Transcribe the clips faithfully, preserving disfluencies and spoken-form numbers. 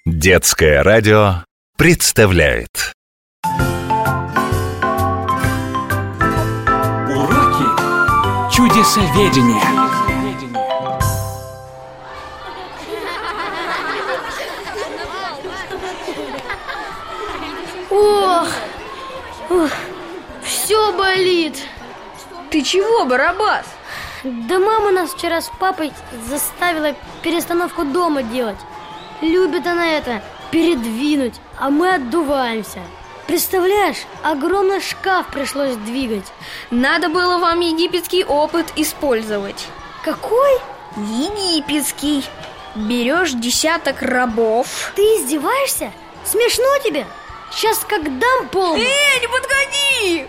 Детское радио представляет Уроки чудесоведения. Ох, ох, все болит. Ты чего, Барабас? Да мама нас вчера с папой заставила перестановку дома делать. Любит она это, передвинуть, а мы отдуваемся. Представляешь, огромный шкаф пришлось двигать. Надо было вам египетский опыт использовать. Какой? Египетский. Берешь десяток рабов. Ты издеваешься? Смешно тебе? Сейчас как дам полный. Эй, не подходи!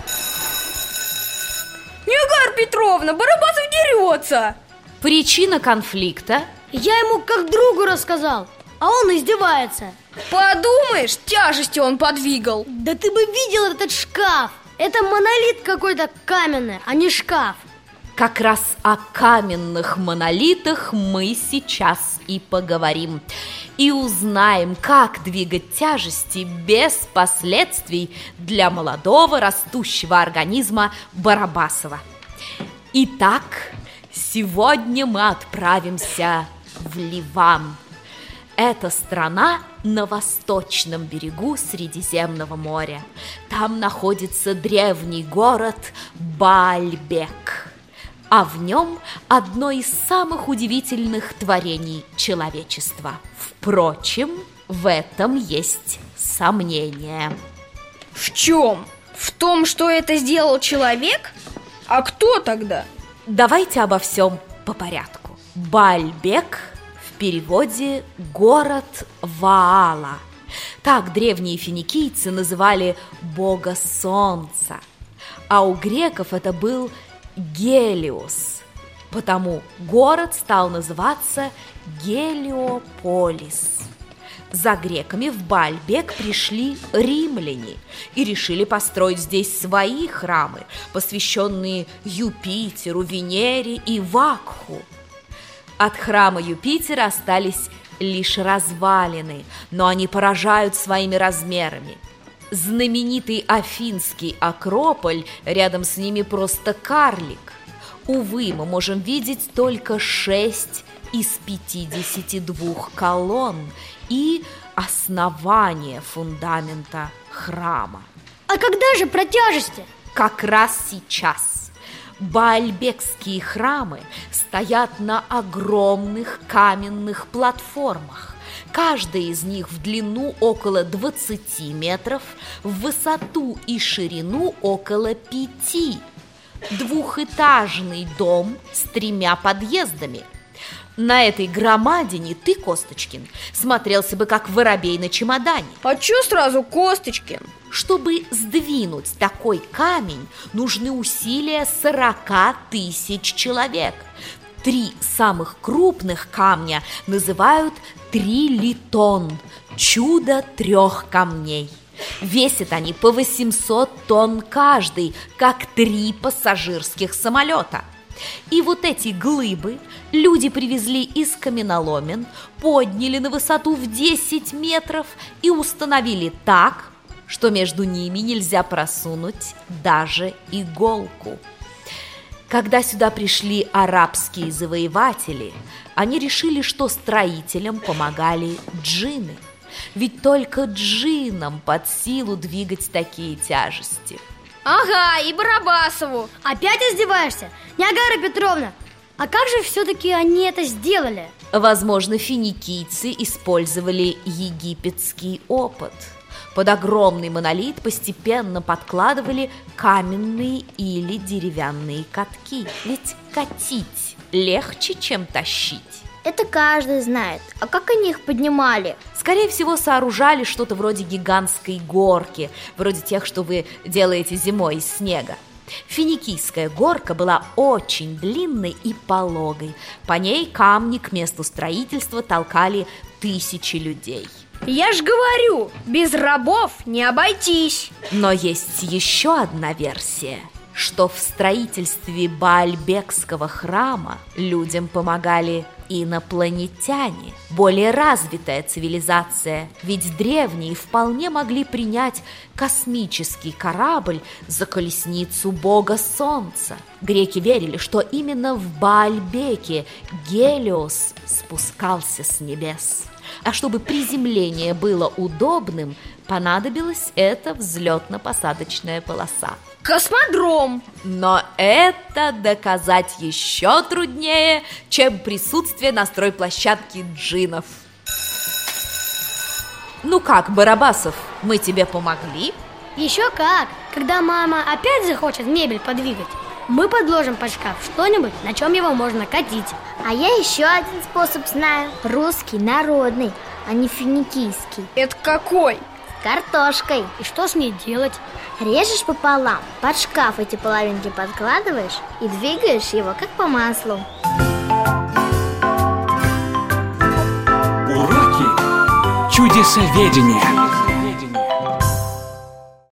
Неагара Петровна, Барабасов дерется. Причина конфликта? Я ему как другу рассказал, а он издевается. Подумаешь, тяжести он подвигал. Да ты бы видел этот шкаф. Это монолит какой-то каменный, а не шкаф. Как раз о каменных монолитах мы сейчас и поговорим. И узнаем, как двигать тяжести без последствий для молодого растущего организма Барабасова. Итак, сегодня мы отправимся в Ливан. Это страна на восточном берегу Средиземного моря. Там находится древний город Баальбек, а в нем одно из самых удивительных творений человечества. Впрочем, в этом есть сомнение. В чем? В том, что это сделал человек? А кто тогда? Давайте обо всем по порядку. Баальбек в переводе «город Ваала». Так древние финикийцы называли бога солнца. А у греков это был Гелиос. Потому город стал называться Гелиополис. За греками в Баальбек пришли римляне и решили построить здесь свои храмы, посвященные Юпитеру, Венере и Вакху. От храма Юпитера остались лишь развалины, но они поражают своими размерами. Знаменитый Афинский Акрополь, рядом с ними просто карлик. Увы, мы можем видеть только шесть из пятидесяти двух колонн и основание фундамента храма. А когда же про тяжести? Как раз сейчас. Баальбекские храмы стоят на огромных каменных платформах. Каждая из них в длину около двадцати метров, в высоту и ширину около пяти. Двухэтажный дом с тремя подъездами. На этой громадине ты, Косточкин, смотрелся бы как воробей на чемодане. А чё сразу Косточкин? Чтобы сдвинуть такой камень, нужны усилия сорока тысяч человек. Три самых крупных камня называют трилитон – чудо трех камней. Весят они по восемьсот тонн каждый, как три пассажирских самолета. И вот эти глыбы люди привезли из каменоломен, подняли на высоту в десять метров и установили так, что между ними нельзя просунуть даже иголку. Когда сюда пришли арабские завоеватели, они решили, что строителям помогали джинны. Ведь только джиннам под силу двигать такие тяжести. Ага, и Барабасову. Опять издеваешься? Неагара Петровна, а как же все-таки они это сделали? Возможно, финикийцы использовали египетский опыт. Под огромный монолит постепенно подкладывали каменные или деревянные катки. Ведь катить легче, чем тащить. Это каждый знает. А как они их поднимали? Скорее всего, сооружали что-то вроде гигантской горки, вроде тех, что вы делаете зимой из снега. Финикийская горка была очень длинной и пологой. По ней камни к месту строительства толкали тысячи людей. Я ж говорю, без рабов не обойтись. Но есть еще одна версия, что в строительстве Баальбекского храма людям помогали инопланетяне, более развитая цивилизация, ведь древние вполне могли принять космический корабль за колесницу бога Солнца. Греки верили, что именно в Баальбеке Гелиос спускался с небес. А чтобы приземление было удобным, понадобилась эта взлетно-посадочная полоса. Космодром! Но это доказать еще труднее, чем присутствие на стройплощадке джиннов. Ну как, Барабасов, мы тебе помогли? Еще как! Когда мама опять захочет мебель подвигать, мы подложим под шкаф что-нибудь, на чем его можно катить. А я еще один способ знаю. Русский, народный, а не финикийский. Это какой? С картошкой. И что с ней делать? Режешь пополам, под шкаф эти половинки подкладываешь и двигаешь его как по маслу. Уроки чудесоведения.